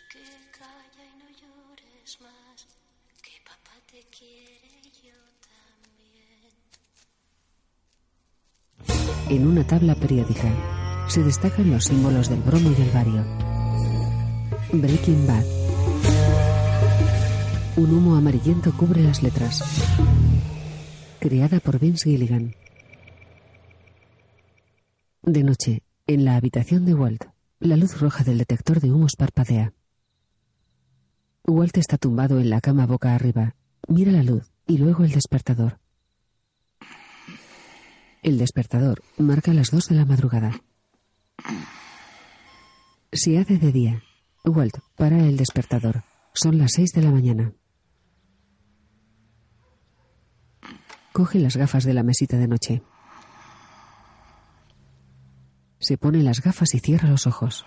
que calla y no llores más, que papá te quiere y yo también. En una tabla periódica se destacan los símbolos del bromo y el bario. Breaking Bad. Un humo amarillento cubre las letras. Creada por Vince Gilligan. De noche, en la habitación de Walt, la luz roja del detector de humos parpadea. Walt está tumbado en la cama boca arriba. Mira la luz y luego el despertador. El despertador marca las 2 de la madrugada. Se hace de día. Walt para el despertador. Son las 6 de la mañana. Coge las gafas de la mesita de noche. Se pone las gafas y cierra los ojos.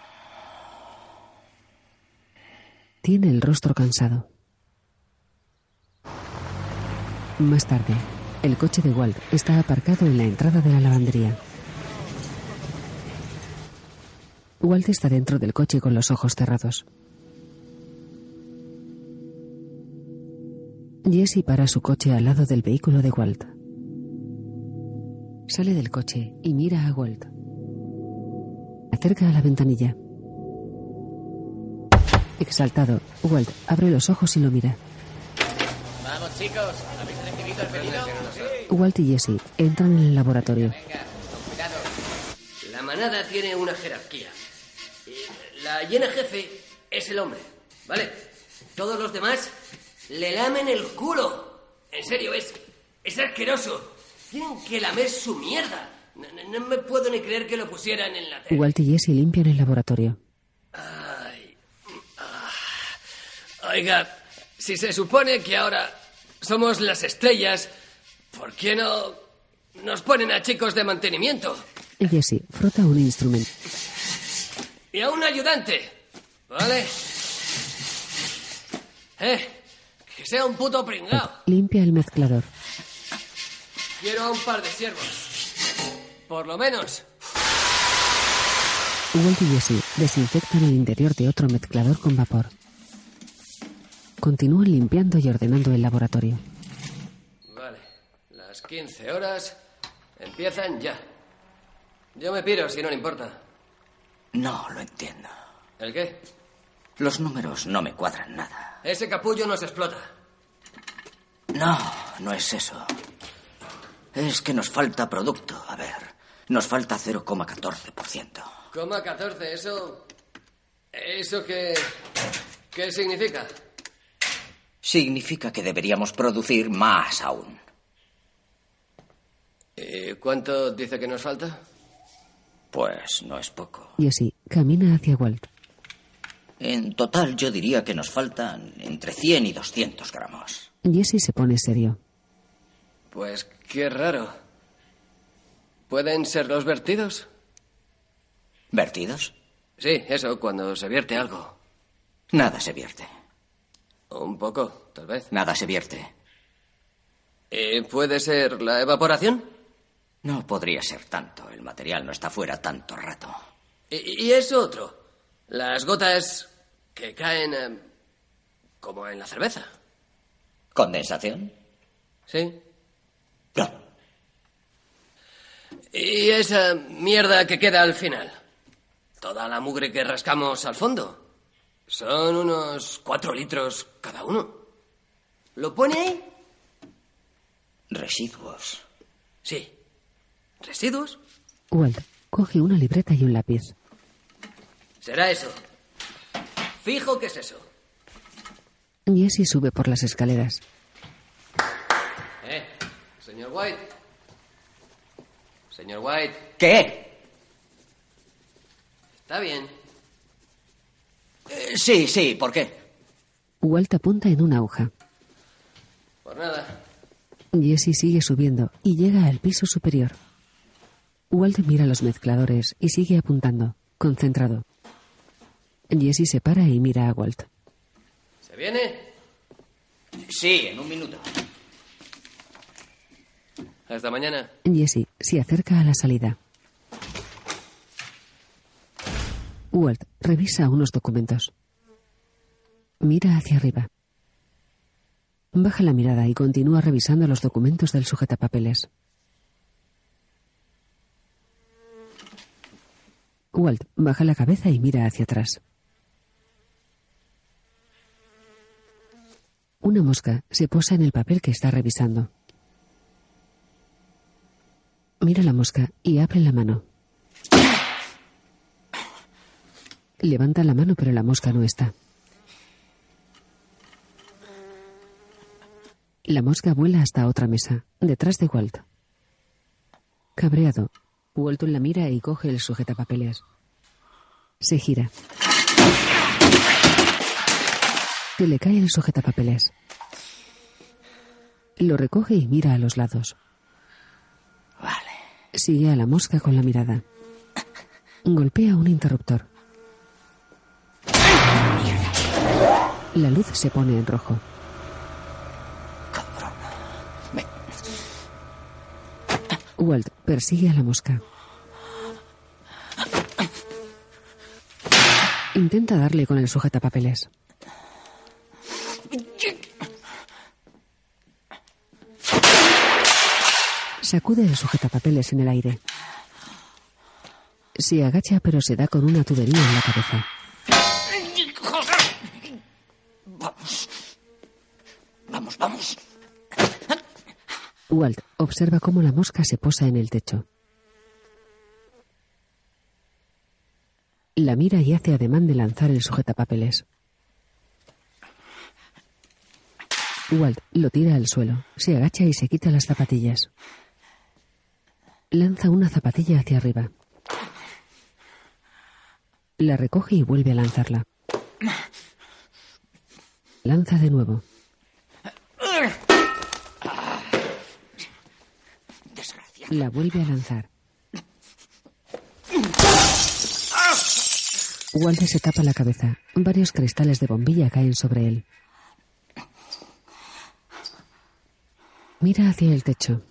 Tiene el rostro cansado. Más tarde, el coche de Walt está aparcado en la entrada de la lavandería. Walt está dentro del coche con los ojos cerrados. Jesse para su coche al lado del vehículo de Walt. Sale del coche y mira a Walt. Acerca a la ventanilla. Exaltado, Walt abre los ojos y lo mira. Vamos, chicos, ¿habéis recibido el pedido? Walt y Jesse entran en el laboratorio. Venga, con cuidado. La manada tiene una jerarquía. La hiena jefe es el hombre, ¿vale? Todos los demás le lamen el culo. En serio, es asqueroso. Tienen que lamer su mierda. No me puedo ni creer que lo pusieran en la tele. Walt y Jesse limpian el laboratorio. Oiga, si se supone que ahora somos las estrellas, ¿por qué no nos ponen a chicos de mantenimiento? Jesse frota un instrumento. Y a un ayudante, ¿vale? Que sea un puto pringao. Limpia el mezclador. Quiero a un par de siervos. Por lo menos. Walt y Jesse desinfectan el interior de otro mezclador con vapor. Continúan limpiando y ordenando el laboratorio. Vale, las 15 horas empiezan ya. Yo me piro si no le importa. No lo entiendo. ¿El qué? Los números no me cuadran nada. Ese capullo nos explota. No es eso. Es que nos falta producto. A ver, nos falta 0,14%. ¿0,14? ¿Eso qué significa? Significa que deberíamos producir más aún. ¿Y cuánto dice que nos falta? Pues no es poco. Jesse camina hacia Walt. En total yo diría que nos faltan entre 100 y 200 gramos. Jesse se pone serio. Pues qué raro. ¿Pueden ser los vertidos? ¿Vertidos? Sí, eso, cuando se vierte algo. Nada se vierte. Un poco, tal vez. Nada se vierte. ¿Puede ser la evaporación? No podría ser tanto. El material no está fuera tanto rato. ¿Y eso otro? Las gotas que caen como en la cerveza. ¿Condensación? Sí. No. ¿Y esa mierda que queda al final? Toda la mugre que rascamos al fondo. Son unos 4 litros cada uno. ¿Lo pone ahí? Residuos. Sí. ¿Residuos? Walt coge una libreta y un lápiz. Será eso. Fijo que es eso. Jesse sube por las escaleras. Señor White. Señor White. ¿Qué? Está bien. Sí, ¿por qué? Walt apunta en una hoja. Por nada. Jesse sigue subiendo y llega al piso superior. Walt mira los mezcladores y sigue apuntando, concentrado. Jesse se para y mira a Walt. ¿Se viene? Sí, en un minuto. Hasta mañana. Jesse se acerca a la salida. Walt revisa unos documentos. Mira hacia arriba. Baja la mirada y continúa revisando los documentos del sujetapapeles. Walt baja la cabeza y mira hacia atrás. Una mosca se posa en el papel que está revisando. Mira la mosca y abre la mano. Levanta la mano, pero la mosca no está. La mosca vuela hasta otra mesa, detrás de Walt. Cabreado, Walt la mira y coge el sujetapapeles. Se gira. Se le cae el sujetapapeles. Lo recoge y mira a los lados. Vale. Sigue a la mosca con la mirada. Golpea un interruptor. La luz se pone en rojo. Cabrón. Walt persigue a la mosca. Intenta darle con el sujetapapeles. Sacude el sujetapapeles en el aire. Se agacha, pero se da con una tubería en la cabeza. Vamos. Walt observa cómo la mosca se posa en el techo. La mira y hace ademán de lanzar el sujetapapeles. Walt lo tira al suelo, se agacha y se quita las zapatillas. Lanza una zapatilla hacia arriba. La recoge y vuelve a lanzarla. Lanza de nuevo. La vuelve a lanzar. Walt se tapa la cabeza. Varios cristales de bombilla caen sobre él. Mira hacia el techo.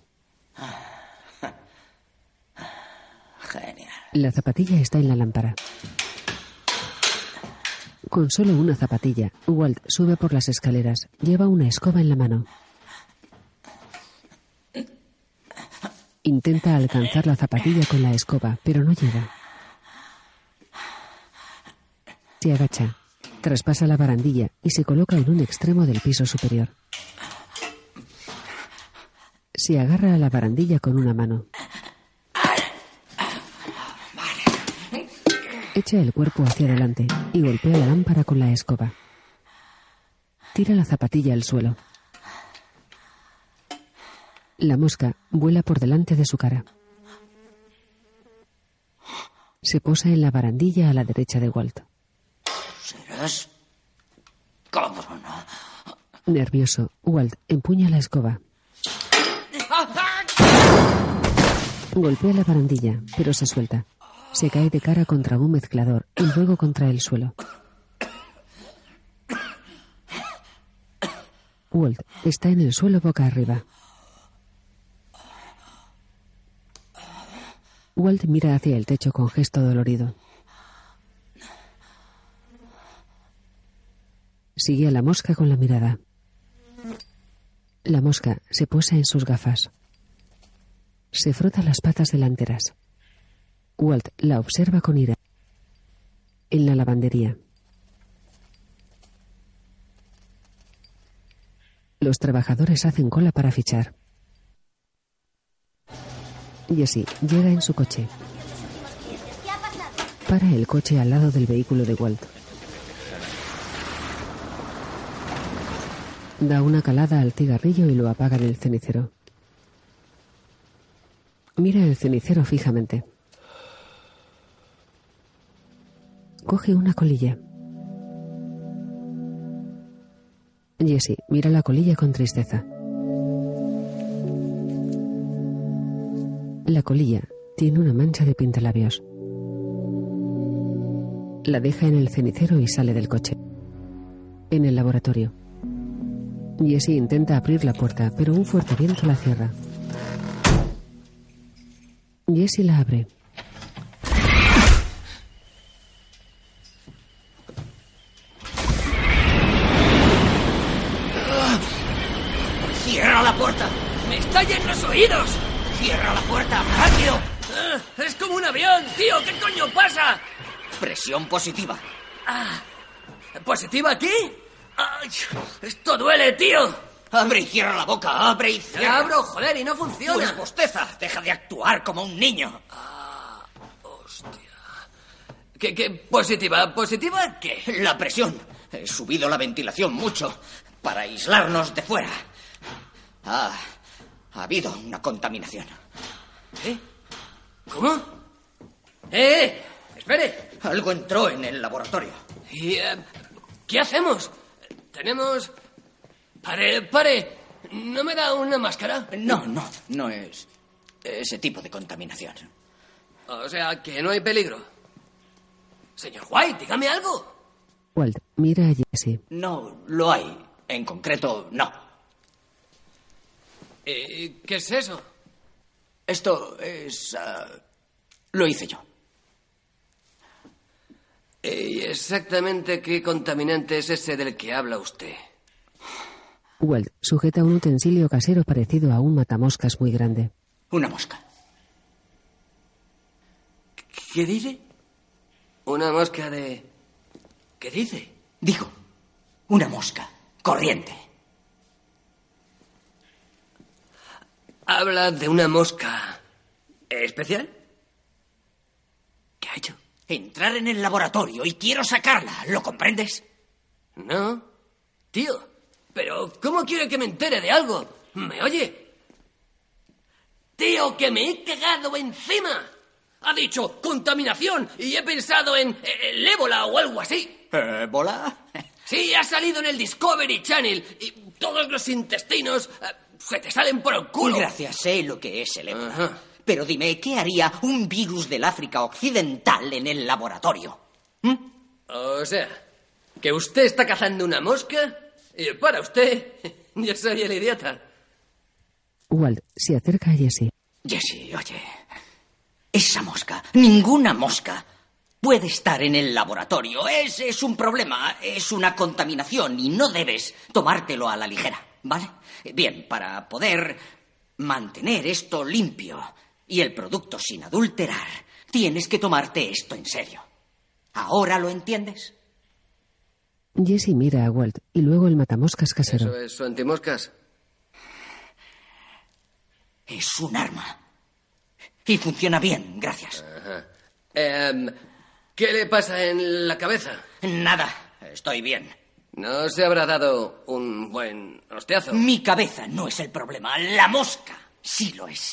Genial. La zapatilla está en la lámpara. Con solo una zapatilla, Walt sube por las escaleras. Lleva una escoba en la mano. Intenta alcanzar la zapatilla con la escoba, pero no llega. Se agacha, traspasa la barandilla y se coloca en un extremo del piso superior. Se agarra a la barandilla con una mano. Echa el cuerpo hacia adelante y golpea la lámpara con la escoba. Tira la zapatilla al suelo. La mosca vuela por delante de su cara. Se posa en la barandilla a la derecha de Walt. ¿Serás cabrona? Nervioso, Walt empuña la escoba. Golpea la barandilla, pero se suelta. Se cae de cara contra un mezclador y luego contra el suelo. Walt está en el suelo boca arriba. Walt mira hacia el techo con gesto dolorido. Sigue a la mosca con la mirada. La mosca se posa en sus gafas. Se frota las patas delanteras. Walt la observa con ira. En la lavandería. Los trabajadores hacen cola para fichar. Jessie llega en su coche. Para el coche al lado del vehículo de Walt. Da una calada al cigarrillo y lo apaga en el cenicero. Mira el cenicero fijamente. Coge una colilla. Jessie mira la colilla con tristeza. La colilla tiene una mancha de pintalabios. La deja en el cenicero y sale del coche. En el laboratorio. Jessie intenta abrir la puerta, pero un fuerte viento la cierra. Jessie la abre. ¡Es como un avión, tío! ¿Qué coño pasa? Presión positiva. ¿Positiva aquí? ¡Ay! ¡Esto duele, tío! Abre y cierra la boca, abre y ¡La cierra. abro, joder, y no funciona! Pues bosteza, deja de actuar como un niño. ¡Hostia! ¿Qué positiva? ¿Positiva qué? La presión. He subido la ventilación mucho para aislarnos de fuera. Ha habido una contaminación. ¿Eh? ¿Cómo? ¡Espere! Algo entró en el laboratorio. ¿Y qué hacemos? Tenemos... Pare. ¿No me da una máscara? No es ese tipo de contaminación. O sea, que no hay peligro. Señor White, dígame algo. Walt mira a Jesse. No lo hay. En concreto, no. ¿Qué es eso? Esto es... lo hice yo. ¿Y exactamente qué contaminante es ese del que habla usted? Walt sujeta un utensilio casero parecido a un matamoscas muy grande. Una mosca. ¿Qué dice? Una mosca de... ¿Qué dice? Digo, una mosca corriente. ¿Habla de una mosca especial? ¿Qué ha hecho? Entrar en el laboratorio y quiero sacarla, ¿lo comprendes? No. Tío, pero ¿cómo quiere que me entere de algo? ¿Me oye? Tío, que me he cagado encima. Ha dicho contaminación y he pensado en el ébola o algo así. ¿Ébola? Sí, ha salido en el Discovery Channel y todos los intestinos se te salen por el culo. Gracias, sé lo que es el ébola. Ajá. Pero dime, ¿qué haría un virus del África Occidental en el laboratorio? O sea, que usted está cazando una mosca y para usted yo soy el idiota. Walt se acerca a Jesse. Jesse, oye, esa mosca, ninguna mosca, puede estar en el laboratorio. Ese es un problema, es una contaminación y no debes tomártelo a la ligera, ¿vale? Bien, para poder mantener esto limpio y el producto sin adulterar, tienes que tomarte esto en serio. ¿Ahora lo entiendes? Jesse mira a Walt y luego el matamoscas casero. ¿Eso es su antimoscas? Es un arma. Y funciona bien, gracias. Ajá. ¿Qué le pasa en la cabeza? Nada, estoy bien. ¿No se habrá dado un buen hostiazo? Mi cabeza no es el problema, la mosca sí lo es.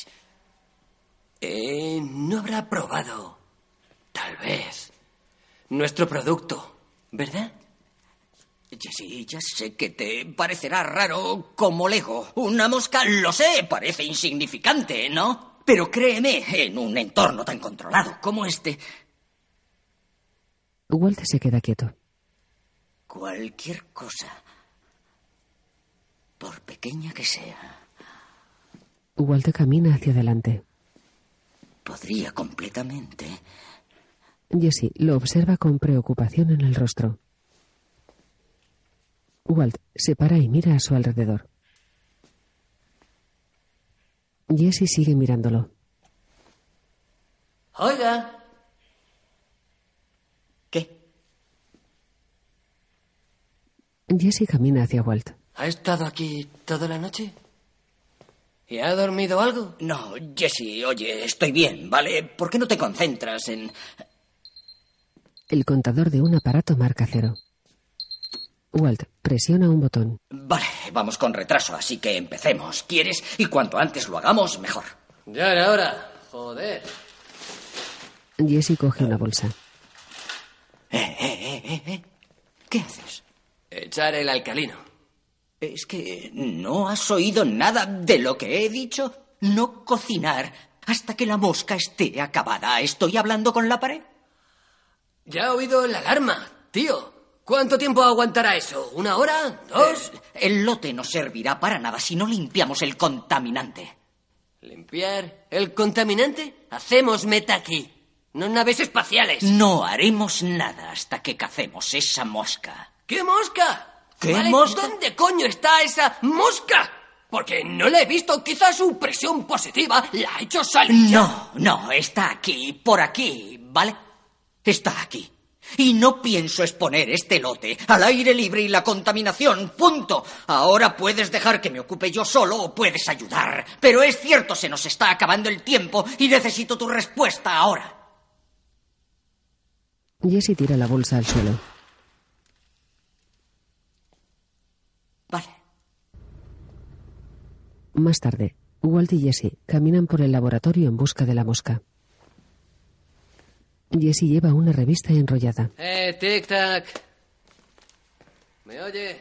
No habrá probado, tal vez, nuestro producto, ¿verdad? Jesse, ya sé que te parecerá raro como Lego. Una mosca, lo sé, parece insignificante, ¿no? Pero créeme, en un entorno tan controlado como este... Walt se queda quieto. Cualquier cosa, por pequeña que sea, Walt camina hacia adelante. podría completamente... Jesse lo observa con preocupación en el rostro. Walt se para y mira a su alrededor. Jesse sigue mirándolo. Oiga. ¿Qué? Jesse camina hacia Walt. ¿Ha estado aquí toda la noche? ¿Y ha dormido algo? No, Jesse, oye, estoy bien, ¿vale? ¿Por qué no te concentras en...? El contador de un aparato marca 0. Walt presiona un botón. Vale, vamos con retraso, así que empecemos. ¿Quieres? Y cuanto antes lo hagamos, mejor. Ya era hora. Joder. Jesse coge una bolsa. ¿Qué haces? Echar el alcalino. Es que no has oído nada de lo que he dicho. No cocinar hasta que la mosca esté acabada. ¿Estoy hablando con la pared? Ya he oído la alarma, tío. ¿Cuánto tiempo aguantará eso? ¿1 hora? ¿2? El lote no servirá para nada si no limpiamos el contaminante. ¿Limpiar el contaminante? Hacemos meta aquí. No naves espaciales. No haremos nada hasta que cacemos esa mosca. ¿Qué mosca? ¿Qué Vale, mosca? ¿Dónde coño está esa mosca? Porque no la he visto. Quizás su presión positiva la ha hecho salir. No, está aquí, por aquí, ¿vale? Está aquí. Y no pienso exponer este lote al aire libre y la contaminación, punto. Ahora puedes dejar que me ocupe yo solo o puedes ayudar. Pero es cierto, se nos está acabando el tiempo y necesito tu respuesta ahora. Jesse tira la bolsa al suelo. Vale. Más tarde, Walt y Jesse caminan por el laboratorio en busca de la mosca. Jesse lleva una revista enrollada. Tic-tac. ¿Me oye?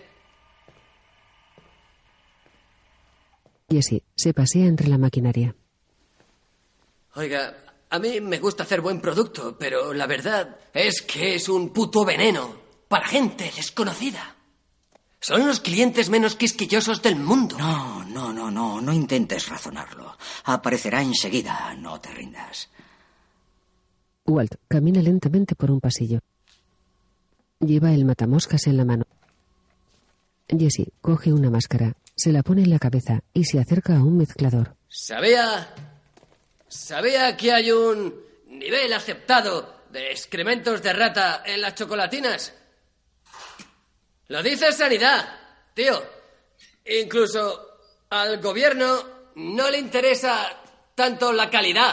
Jesse se pasea entre la maquinaria. Oiga, a mí me gusta hacer buen producto, pero la verdad es que es un puto veneno para gente desconocida. Son los clientes menos quisquillosos del mundo. No intentes razonarlo. Aparecerá enseguida, no te rindas. Walt camina lentamente por un pasillo. Lleva el matamoscas en la mano. Jesse coge una máscara, se la pone en la cabeza y se acerca a un mezclador. ¿Sabía que hay un nivel aceptado de excrementos de rata en las chocolatinas? Lo dice Sanidad, tío. Incluso al gobierno no le interesa tanto la calidad.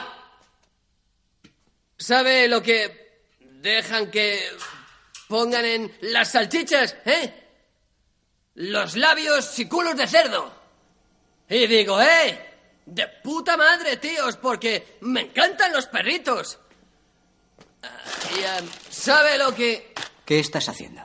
¿Sabe lo que dejan que pongan en las salchichas, Los labios y culos de cerdo. Y digo, de puta madre, tíos, porque me encantan los perritos. ¿Sabe lo que...? ¿Qué estás haciendo?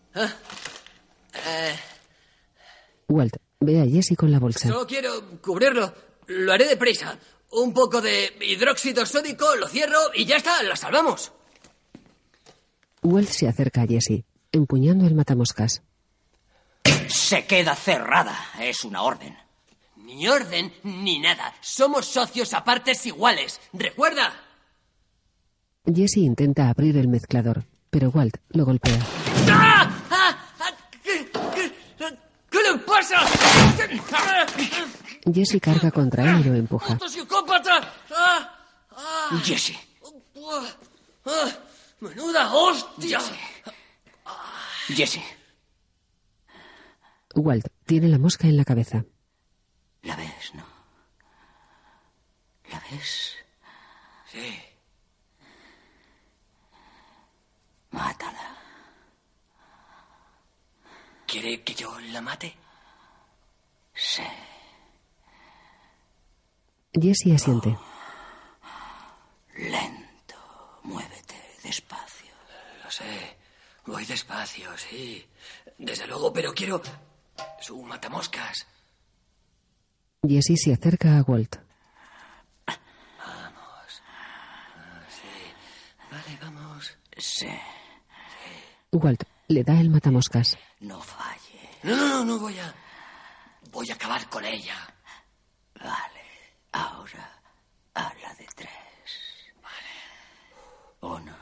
Walt ve a Jesse con la bolsa. Solo quiero cubrirlo. Lo haré deprisa. Un poco de hidróxido sódico, lo cierro y ya está, la salvamos. Walt se acerca a Jesse, empuñando el matamoscas. Se queda cerrada. Es una orden. Ni orden ni nada. Somos socios a partes iguales. ¿Recuerda? Jesse intenta abrir el mezclador, pero Walt lo golpea. ¿Qué le pasa? Jesse carga contra él y lo empuja. ¡Puto psicópata! Jesse. ¡Menuda hostia! Jesse. Walt tiene la mosca en la cabeza. ¿La ves, no? ¿La ves? Sí. Mátala. ¿Quiere que yo la mate? Sí. Jesse asiente. Lento. Muévete despacio. Lo sé. Voy despacio, sí. Desde luego, pero quiero su matamoscas. Jesse se acerca a Walt. Vamos. Sí. Vale, vamos. Sí. Walt le da el matamoscas. No falle. No voy a acabar con ella. Vale. Ahora, a la de 3. Vale. 1.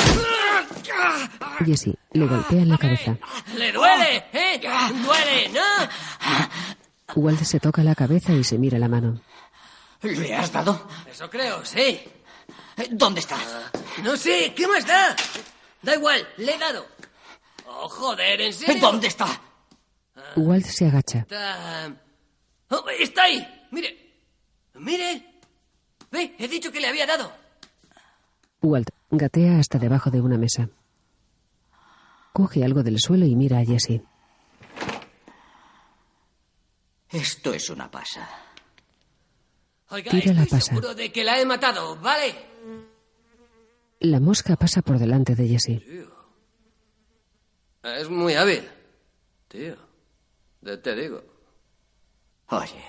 Jesse le golpea en la cabeza. ¡Le duele! ¡Duele, no! Walt se toca la cabeza y se mira la mano. ¿Le has dado? Eso creo, sí. ¿Dónde está? No sé, ¿qué más da? Da igual, le he dado. Oh, joder, ¿en serio? ¿Dónde está? Walt se agacha. Está ahí. Mire. Ve, he dicho que le había dado. Walt gatea hasta debajo de una mesa. Coge algo del suelo y mira a Jesse. Esto es una pasa. Oiga, Tira la estoy pasa. seguro de que la he matado, ¿vale? La mosca pasa por delante de Jesse. Es muy hábil, tío. Te digo. Oye,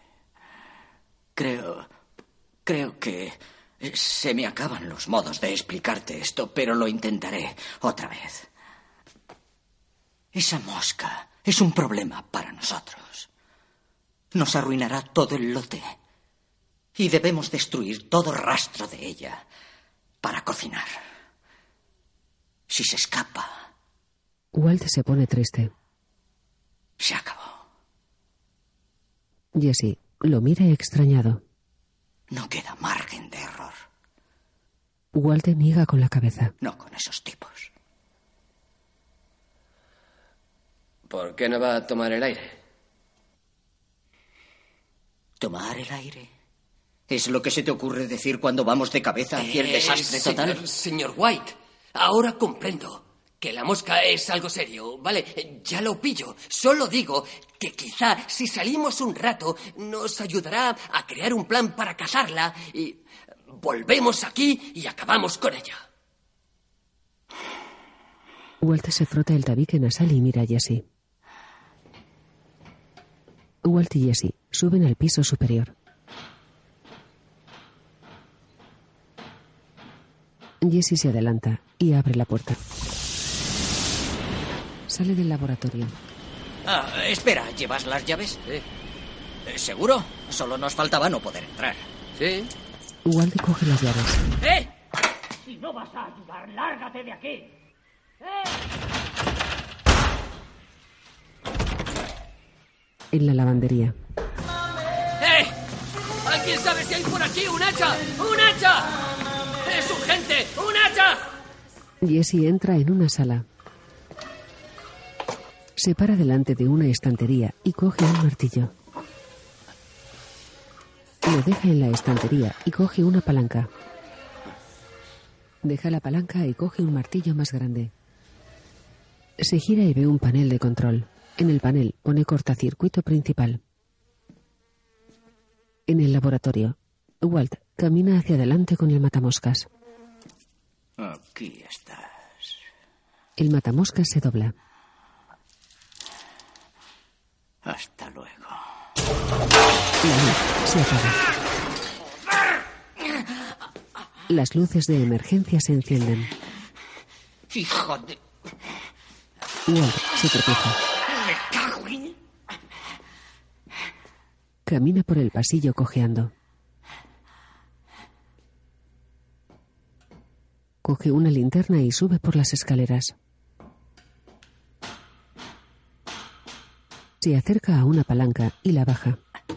creo que se me acaban los modos de explicarte esto, pero lo intentaré otra vez. Esa mosca es un problema para nosotros. Nos arruinará todo el lote. Y debemos destruir todo rastro de ella para cocinar. Si se escapa, Walt se pone triste. se acabó. Jesse lo mira extrañado. No queda margen de error. Walt niega con la cabeza. No con esos tipos. ¿Por qué no va a tomar el aire? ¿Tomar el aire? ¿Es lo que se te ocurre decir cuando vamos de cabeza hacia el desastre total? Señor White, ahora comprendo que la mosca es algo serio, ¿vale? Ya lo pillo. Solo digo que quizá si salimos un rato nos ayudará a crear un plan para cazarla y volvemos aquí y acabamos con ella. Walt se frota el tabique nasal y mira a Jesse. Walt y Jesse suben al piso superior. Jesse se adelanta y abre la puerta. Sale del laboratorio. Espera, ¿llevas las llaves? Sí. ¿Seguro? Solo nos faltaba no poder entrar. Sí. Walt coge las llaves. ¡Eh! Si no vas a ayudar, lárgate de aquí. En la lavandería. ¿Alguien sabe si hay por aquí un hacha? ¡Un hacha! ¡Es urgente! ¡Un hacha! Jesse entra en una sala. Se para delante de una estantería y coge un martillo. Lo deja en la estantería y coge una palanca. Deja la palanca y coge un martillo más grande. Se gira y ve un panel de control. En el panel pone cortacircuito principal. En el laboratorio, Walt camina hacia adelante con el matamoscas. Aquí estás. El matamoscas se dobla. Hasta luego. La luz se apaga. Las luces de emergencia se encienden. ¡Hijo de... Walt se tropieza. ¡Me cago en... Camina por el pasillo cojeando. Coge una linterna y sube por las escaleras. Se acerca a una palanca y la baja.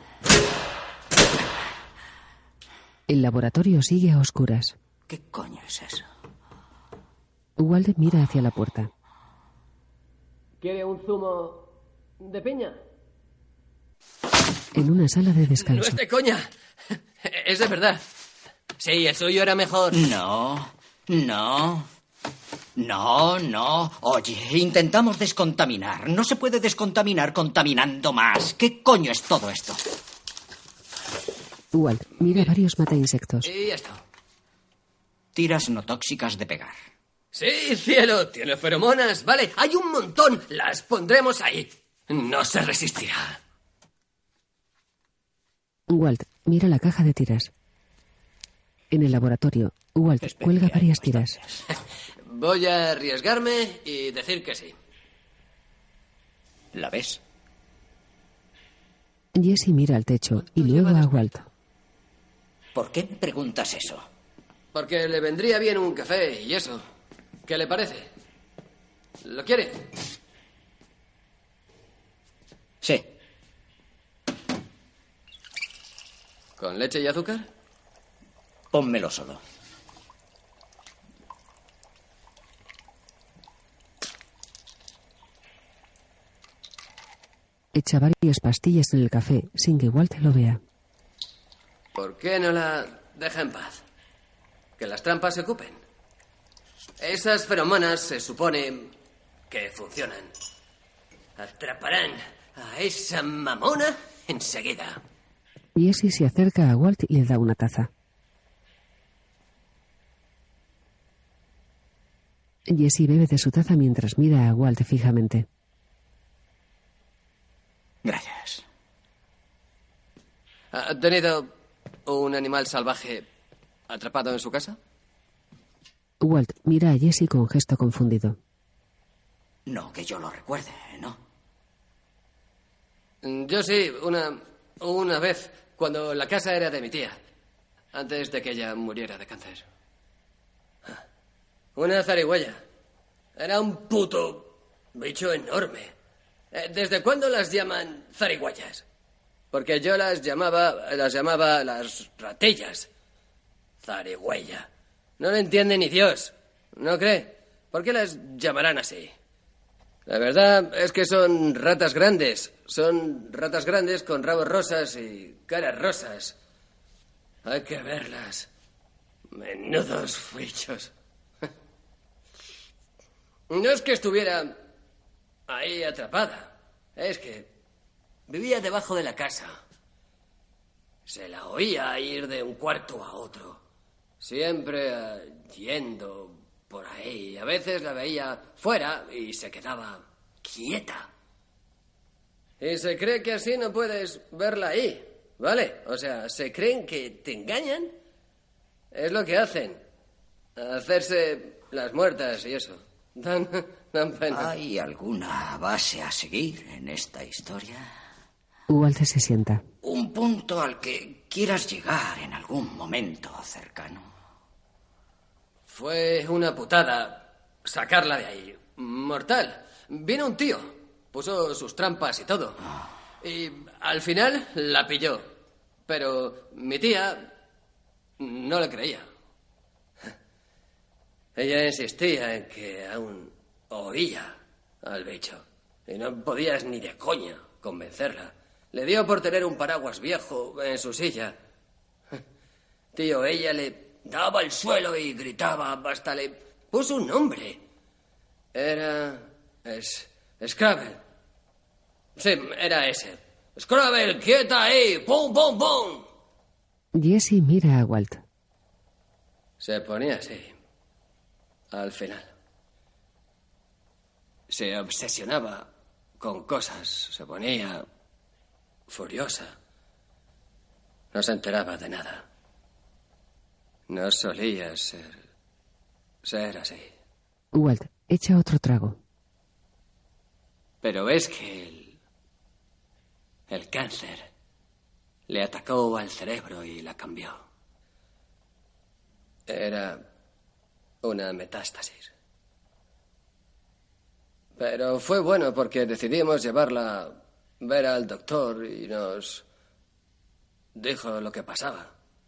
El laboratorio sigue a oscuras. ¿Qué coño es eso? Walt mira hacia la puerta. ¿Quiere un zumo de piña? En una sala de No descanso. es de coña. Es de verdad. Sí, el suyo era mejor. No. Oye, intentamos descontaminar. No se puede descontaminar contaminando más. ¿Qué coño es todo esto? Walt mira varios matainsectos. Y ya está. Tiras no tóxicas de pegar. Sí, cielo, tiene feromonas. Vale, hay un montón. Las pondremos ahí. No se resistirá. Walt mira la caja de tiras. En el laboratorio, Walt cuelga varias tiras. Voy a arriesgarme y decir que sí. ¿La ves? Jesse mira al techo y luego a Walt. ¿Por qué me preguntas eso? Porque le vendría bien un café y eso. ¿Qué le parece? ¿Lo quiere? Sí. ¿Con leche y azúcar? Pónmelo solo. Echa varias pastillas en el café sin que Walt lo vea. ¿Por qué no la deja en paz? Que las trampas se ocupen. Esas feromonas se supone que funcionan. Atraparán a esa mamona enseguida. Jesse se acerca a Walt y le da una taza. Jesse bebe de su taza mientras mira a Walt fijamente. Gracias. ¿Ha tenido un animal salvaje atrapado en su casa? Walt mira a Jesse con gesto confundido. No que yo lo recuerde, ¿no? Yo sí, una vez, cuando la casa era de mi tía, antes de que ella muriera de cáncer. Una zarigüeya. Era un puto bicho enorme. ¿Desde cuándo las llaman zarigüeyas? Porque yo las llamaba las ratillas. Zarigüeya. No lo entiende ni Dios. ¿No cree? ¿Por qué las llamarán así? La verdad es que son ratas grandes. Son ratas grandes con rabos rosas y caras rosas. Hay que verlas. Menudos bichos. No es que estuviera ahí atrapada. Es que vivía debajo de la casa. Se la oía ir de un cuarto a otro. Siempre yendo por ahí. A veces la veía fuera y se quedaba quieta. Y se cree que así no puedes verla ahí, ¿vale? O sea, se creen que te engañan. Es lo que hacen. Hacerse las muertas y eso. Dan pena. ¿Hay alguna base a seguir en esta historia? Walter se sienta. Un punto al que quieras llegar en algún momento cercano. Fue una putada sacarla de ahí. Mortal. Vino un tío. Puso sus trampas y todo. Y al final la pilló. Pero mi tía no le creía. Ella insistía en que aún oía al bicho. Y no podías ni de coña convencerla. Le dio por tener un paraguas viejo en su silla. Tío, ella le daba al suelo y gritaba. Hasta le puso un nombre. Era... Scrabble. Sí, era ese. Scrabble, quieta ahí. ¡Pum, pum, pum! Jesse mira a Walt. Se ponía así. Al final. Se obsesionaba con cosas. Se ponía furiosa. No se enteraba de nada. No solía ser así. Walt echa otro trago. Pero es que el cáncer le atacó al cerebro y la cambió. Era una metástasis. Pero fue bueno porque decidimos llevarla a ver al doctor y nos dijo lo que pasaba.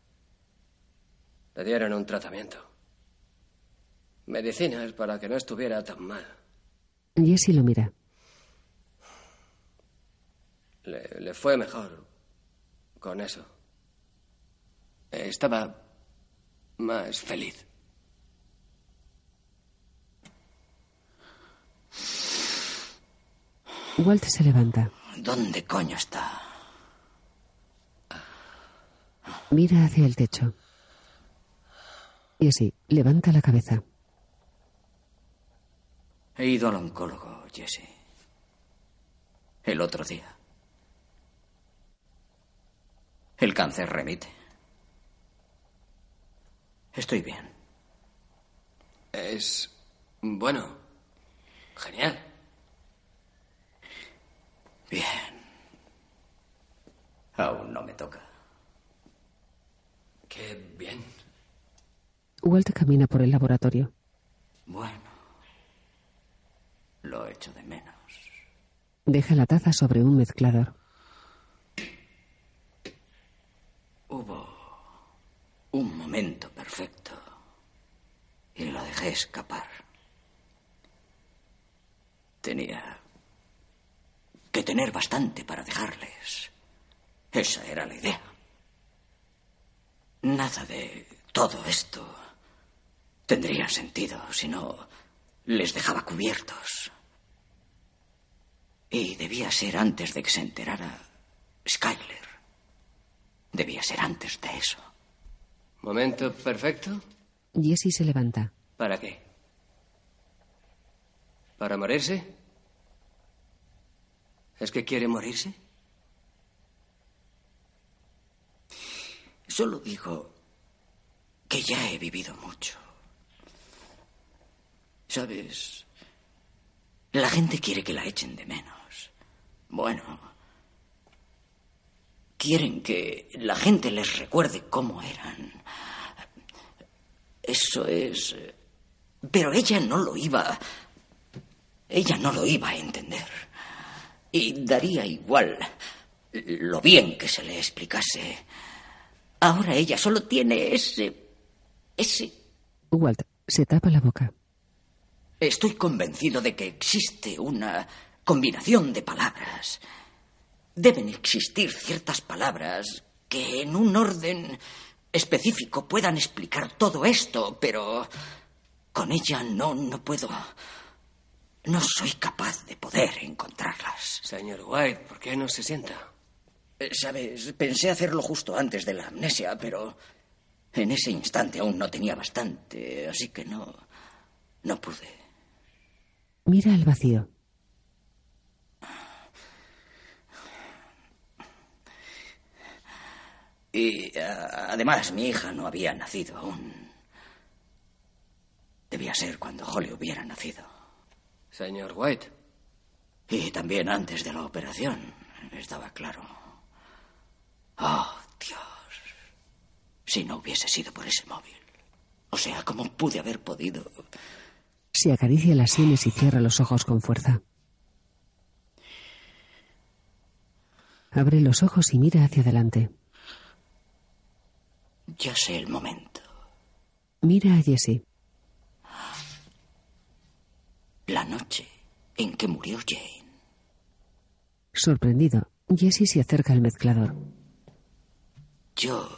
Le dieron un tratamiento. Medicinas para que no estuviera tan mal. Jesse lo mira. Le fue mejor con eso. Estaba más feliz. Walt se levanta. ¿Dónde coño está? Mira hacia el techo. Jesse levanta la cabeza. He ido al oncólogo, Jesse. El otro día. El cáncer remite. Estoy bien. Es bueno. Genial. Bien. Aún no me toca. Qué bien. Walt camina por el laboratorio. Bueno. Lo echo de menos. Deja la taza sobre un mezclador. Hubo un momento perfecto y lo dejé escapar. Tenía que tener bastante para dejarles. Esa era la idea. Nada de todo esto tendría sentido si no les dejaba cubiertos. Y debía ser antes de que se enterara Skyler. Debía ser antes de eso. ¿Momento perfecto? Jesse se levanta. ¿Para qué? ¿Para morirse? ¿Es que quiere morirse? Solo digo que ya he vivido mucho. ¿Sabes? La gente quiere que la echen de menos. Bueno, quieren que la gente les recuerde cómo eran. Eso es... Pero ella no lo iba a entender. Y daría igual lo bien que se le explicase. Ahora ella solo tiene ese... Walt se tapa la boca. Estoy convencido de que existe una combinación de palabras. Deben existir ciertas palabras que en un orden específico puedan explicar todo esto, pero con ella no puedo... No soy capaz de poder encontrarlas. Señor White, ¿por qué no se sienta? ¿Sabes? Pensé hacerlo justo antes de la amnesia, pero en ese instante aún no tenía bastante, así que no pude. Mira al vacío. Y además mi hija no había nacido aún. Debía ser cuando Holly hubiera nacido. Señor White. Y también antes de la operación, estaba claro. Oh, Dios. Si no hubiese sido por ese móvil. O sea, ¿cómo pude haber podido...? Se acaricia las sienes y cierra los ojos con fuerza. Abre los ojos y mira hacia adelante. Ya sé el momento. Mira a Jessie. La noche en que murió Jane. Sorprendido, Jessie se acerca al mezclador. Yo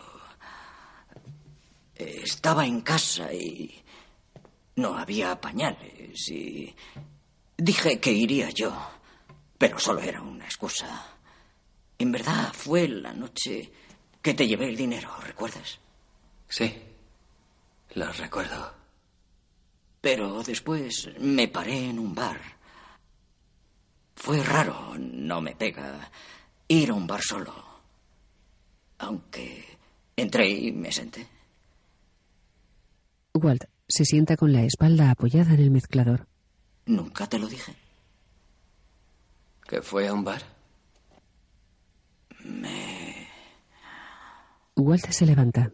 estaba en casa y no había pañales y dije que iría yo, pero solo era una excusa. En verdad fue la noche que te llevé el dinero, ¿recuerdas? Sí, lo recuerdo. Pero después me paré en un bar. Fue raro, no me pega, ir a un bar solo. Aunque entré y me senté. Walt se sienta con la espalda apoyada en el mezclador. ¿Nunca te lo dije? ¿Que fue a un bar? Walt se levanta.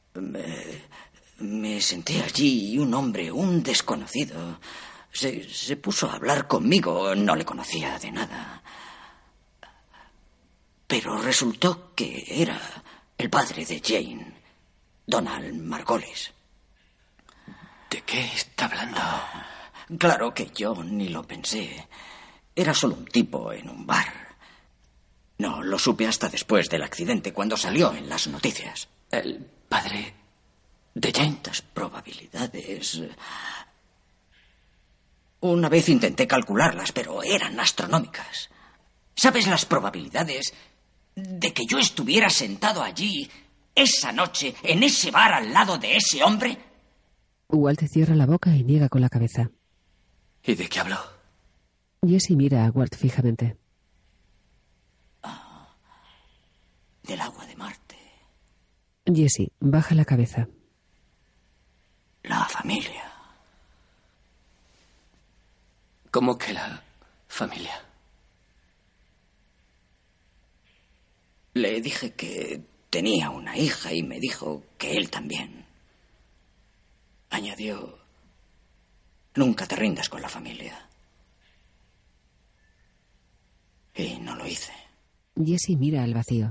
Me senté allí y un hombre, un desconocido, se puso a hablar conmigo. No le conocía de nada. Pero resultó que era el padre de Jane, Donald Margolis. ¿De qué está hablando? Claro que yo ni lo pensé. Era solo un tipo en un bar. No, lo supe hasta después del accidente, cuando salió en las noticias. ¿El padre de Jane? ¿Cuántas probabilidades? Una vez intenté calcularlas, pero eran astronómicas. ¿Sabes las probabilidades de que yo estuviera sentado allí esa noche, en ese bar al lado de ese hombre? Walt cierra la boca y niega con la cabeza. ¿Y de qué habló? Jessie mira a Walt fijamente. Del agua de Marte. Jessie baja la cabeza. La familia. ¿Cómo que la familia? Le dije que tenía una hija y me dijo que él también. Añadió: nunca te rindas con la familia. Y no lo hice. Jessie mira al vacío.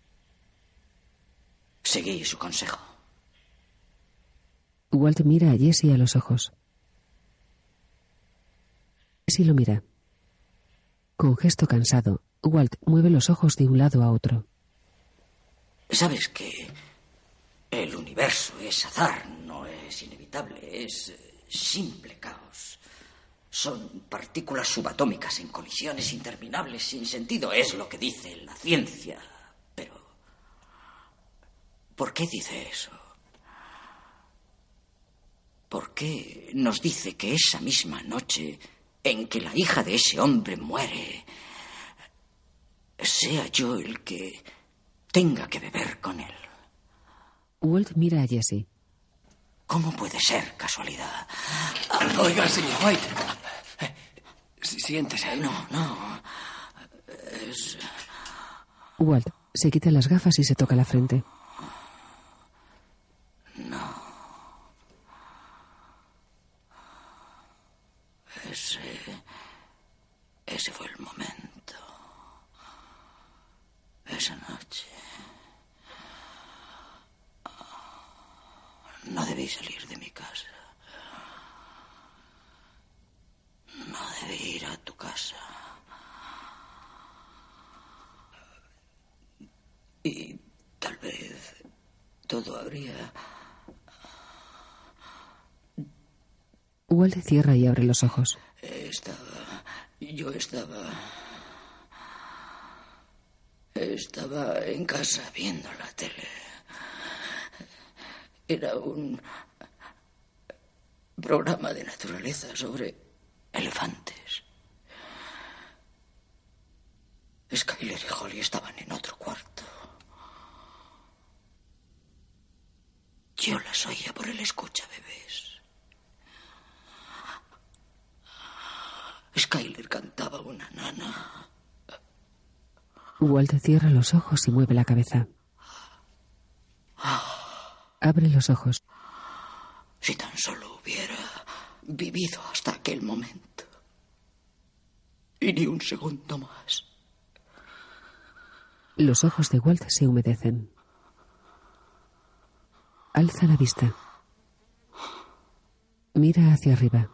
Seguí su consejo. Walt mira a Jessie a los ojos. Jessie lo mira. Con gesto cansado, Walt mueve los ojos de un lado a otro. ¿Sabes que el universo es azar, no es inevitable, es simple caos? Son partículas subatómicas en colisiones interminables sin sentido, es lo que dice la ciencia. Pero ¿por qué dice eso? ¿Por qué nos dice que esa misma noche en que la hija de ese hombre muere, sea yo el que tenga que beber con él? Walt mira a Jessie. ¿Cómo puede ser casualidad? Oiga, señor White. Siéntese. No. Walt se quita las gafas y se toca la frente. No. Ese fue el momento. esa noche no debí salir de mi casa. No debí ir a tu casa. Y tal vez todo habría... Walt cierra y abre los ojos. Estaba en casa viendo la tele. Era un programa de naturaleza sobre elefantes. Skyler y Holly estaban en otro cuarto. Yo las oía por el escucha bebés. Skyler cantaba una nana. Walt cierra los ojos y mueve la cabeza. Abre los ojos. Si tan solo hubiera vivido hasta aquel momento. Y ni un segundo más. Los ojos de Walt se humedecen. Alza la vista. Mira hacia arriba.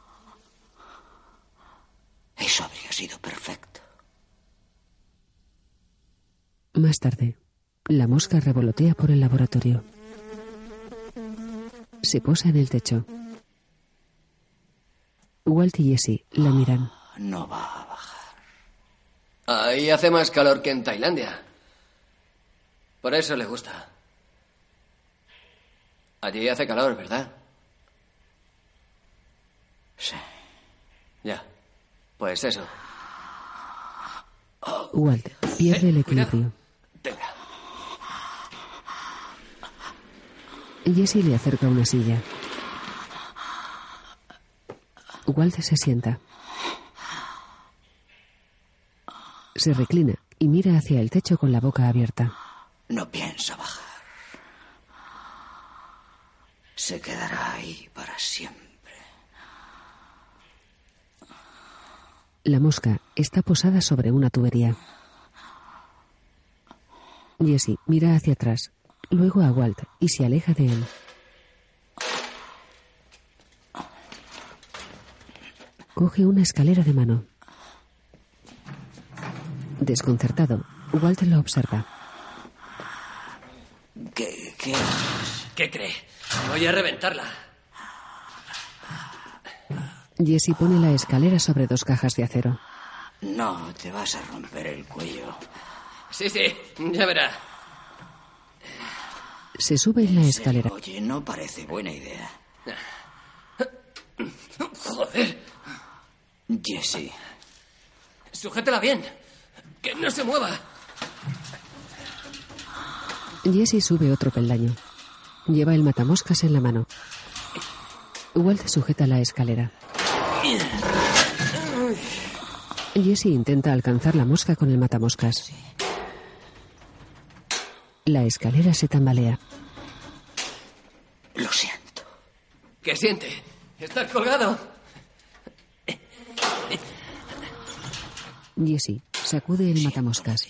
Eso habría sido perfecto. Más tarde, la mosca revolotea por el laboratorio. Se posa en el techo. Walt y Jessie la miran. No va a bajar. Ahí hace más calor que en Tailandia. Por eso le gusta. Allí hace calor, ¿verdad? Sí. Ya. Pues eso. Walt pierde el equilibrio. Venga. Jessie le acerca una silla. Walt se sienta. Se reclina y mira hacia el techo con la boca abierta. No piensa bajar. Se quedará ahí para siempre. La mosca está posada sobre una tubería. Jessie mira hacia atrás, luego a Walt y se aleja de él. Coge una escalera de mano. Desconcertado, Walt lo observa. ¿Qué? ¿Qué cree? Voy a reventarla. Jessie pone la escalera sobre 2 cajas de acero. No, te vas a romper el cuello. Sí, ya verá. Se sube en la escalera. Oye, no parece buena idea. Joder. Jessie. Sujétala bien. Que no se mueva. Jessie sube otro peldaño. Lleva el matamoscas en la mano. Walt sujeta la escalera. Jessie intenta alcanzar la mosca con el matamoscas. La escalera se tambalea. Lo siento. ¿Qué siente? ¿Estás colgado? Jessie sacude el matamoscas.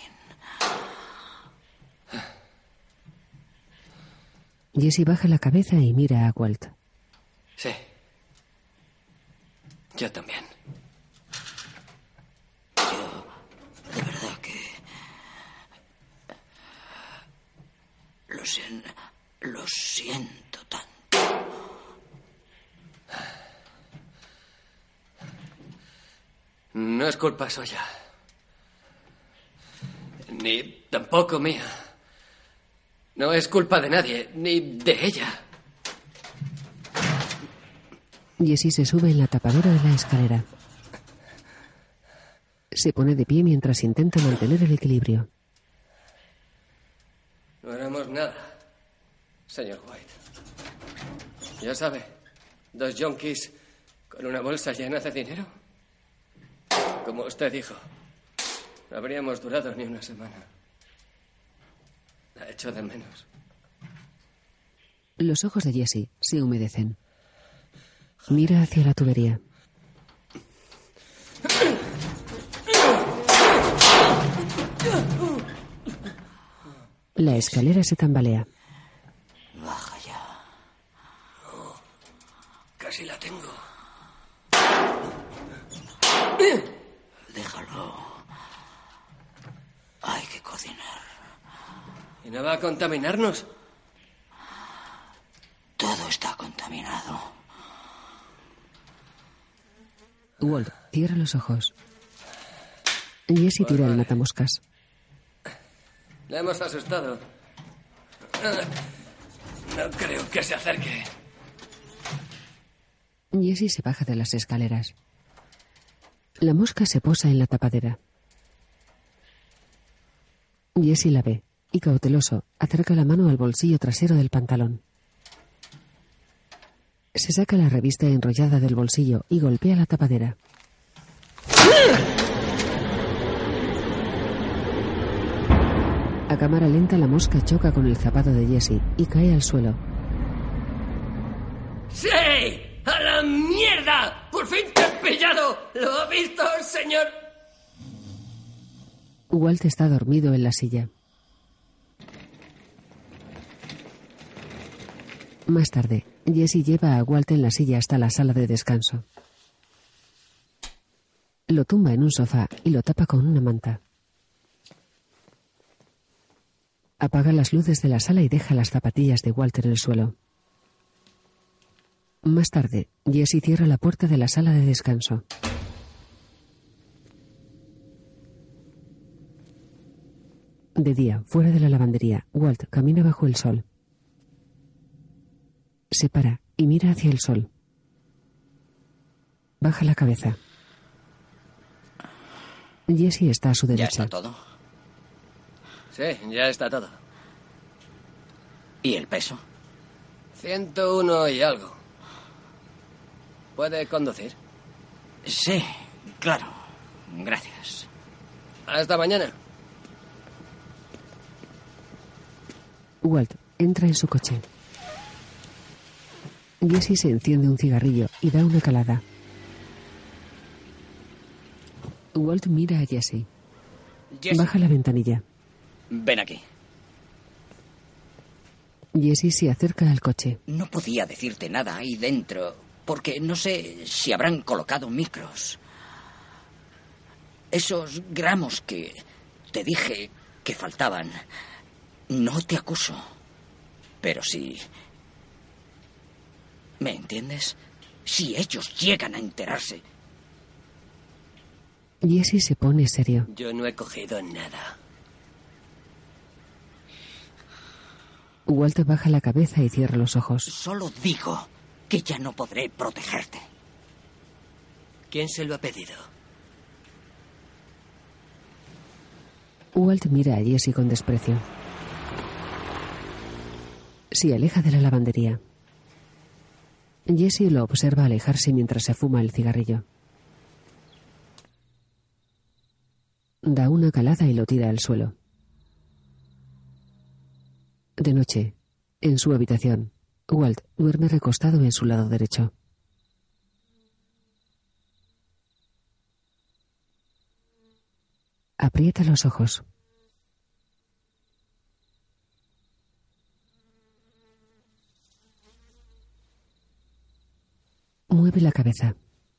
Jessie baja la cabeza y mira a Walt. Sí. Yo también. De verdad que... Lo siento tanto. No es culpa suya. Ni tampoco mía. No es culpa de nadie, ni de ella. Jessie se sube en la tapadera de la escalera. Se pone de pie mientras intenta mantener el equilibrio. No haremos nada, señor White. Ya sabe, 2 yonkis con una bolsa llena de dinero. Como usted dijo, no habríamos durado ni una semana. La echo de menos. Los ojos de Jessie se humedecen. Mira hacia la tubería. La escalera se tambalea. Baja ya. Casi la tengo. Déjalo. Hay que cocinar. ¿Y no va a contaminarnos? Todo está contaminado. Walt cierra los ojos. Jesse tira el matamoscas. La hemos asustado. No creo que se acerque. Jesse se baja de las escaleras. La mosca se posa en la tapadera. Jesse la ve y, cauteloso, acerca la mano al bolsillo trasero del pantalón. Se saca la revista enrollada del bolsillo y golpea la tapadera. A cámara lenta la mosca choca con el zapato de Jesse y cae al suelo. ¡Sí! ¡A la mierda! ¡Por fin te he pillado! ¿Lo ha visto, señor? Walt está dormido en la silla. Más tarde, Jesse lleva a Walt en la silla hasta la sala de descanso. Lo tumba en un sofá y lo tapa con una manta. Apaga las luces de la sala y deja las zapatillas de Walt en el suelo. Más tarde, Jesse cierra la puerta de la sala de descanso. De día, fuera de la lavandería, Walt camina bajo el sol. Se para y mira hacia el sol. Baja la cabeza. Jesse está a su derecha. ¿Ya está todo? Sí, ya está todo. ¿Y el peso? 101 y algo. ¿Puede conducir? Sí, claro. Gracias. Hasta mañana. Walt entra en su coche. Jesse se enciende un cigarrillo y da una calada. Walt mira a Jesse. Baja la ventanilla. Ven aquí. Jesse se acerca al coche. No podía decirte nada ahí dentro, porque no sé si habrán colocado micros. Esos gramos que te dije que faltaban, no te acuso. Pero si... ¿me entiendes? Si ellos llegan a enterarse... Jesse se pone serio. Yo no he cogido nada. Walt baja la cabeza y cierra los ojos. Solo digo que ya no podré protegerte. ¿Quién se lo ha pedido? Walt mira a Jesse con desprecio. Se aleja de la lavandería. Jesse lo observa alejarse mientras se fuma el cigarrillo. Da una calada y lo tira al suelo. De noche, en su habitación, Walt duerme recostado en su lado derecho. Aprieta los ojos. Mueve la cabeza.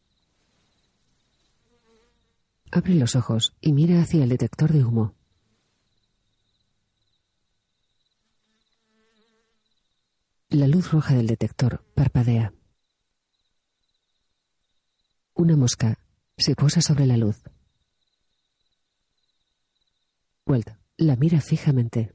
Abre los ojos y mira hacia el detector de humo. La luz roja del detector parpadea. Una mosca se posa sobre la luz. Walt la mira fijamente.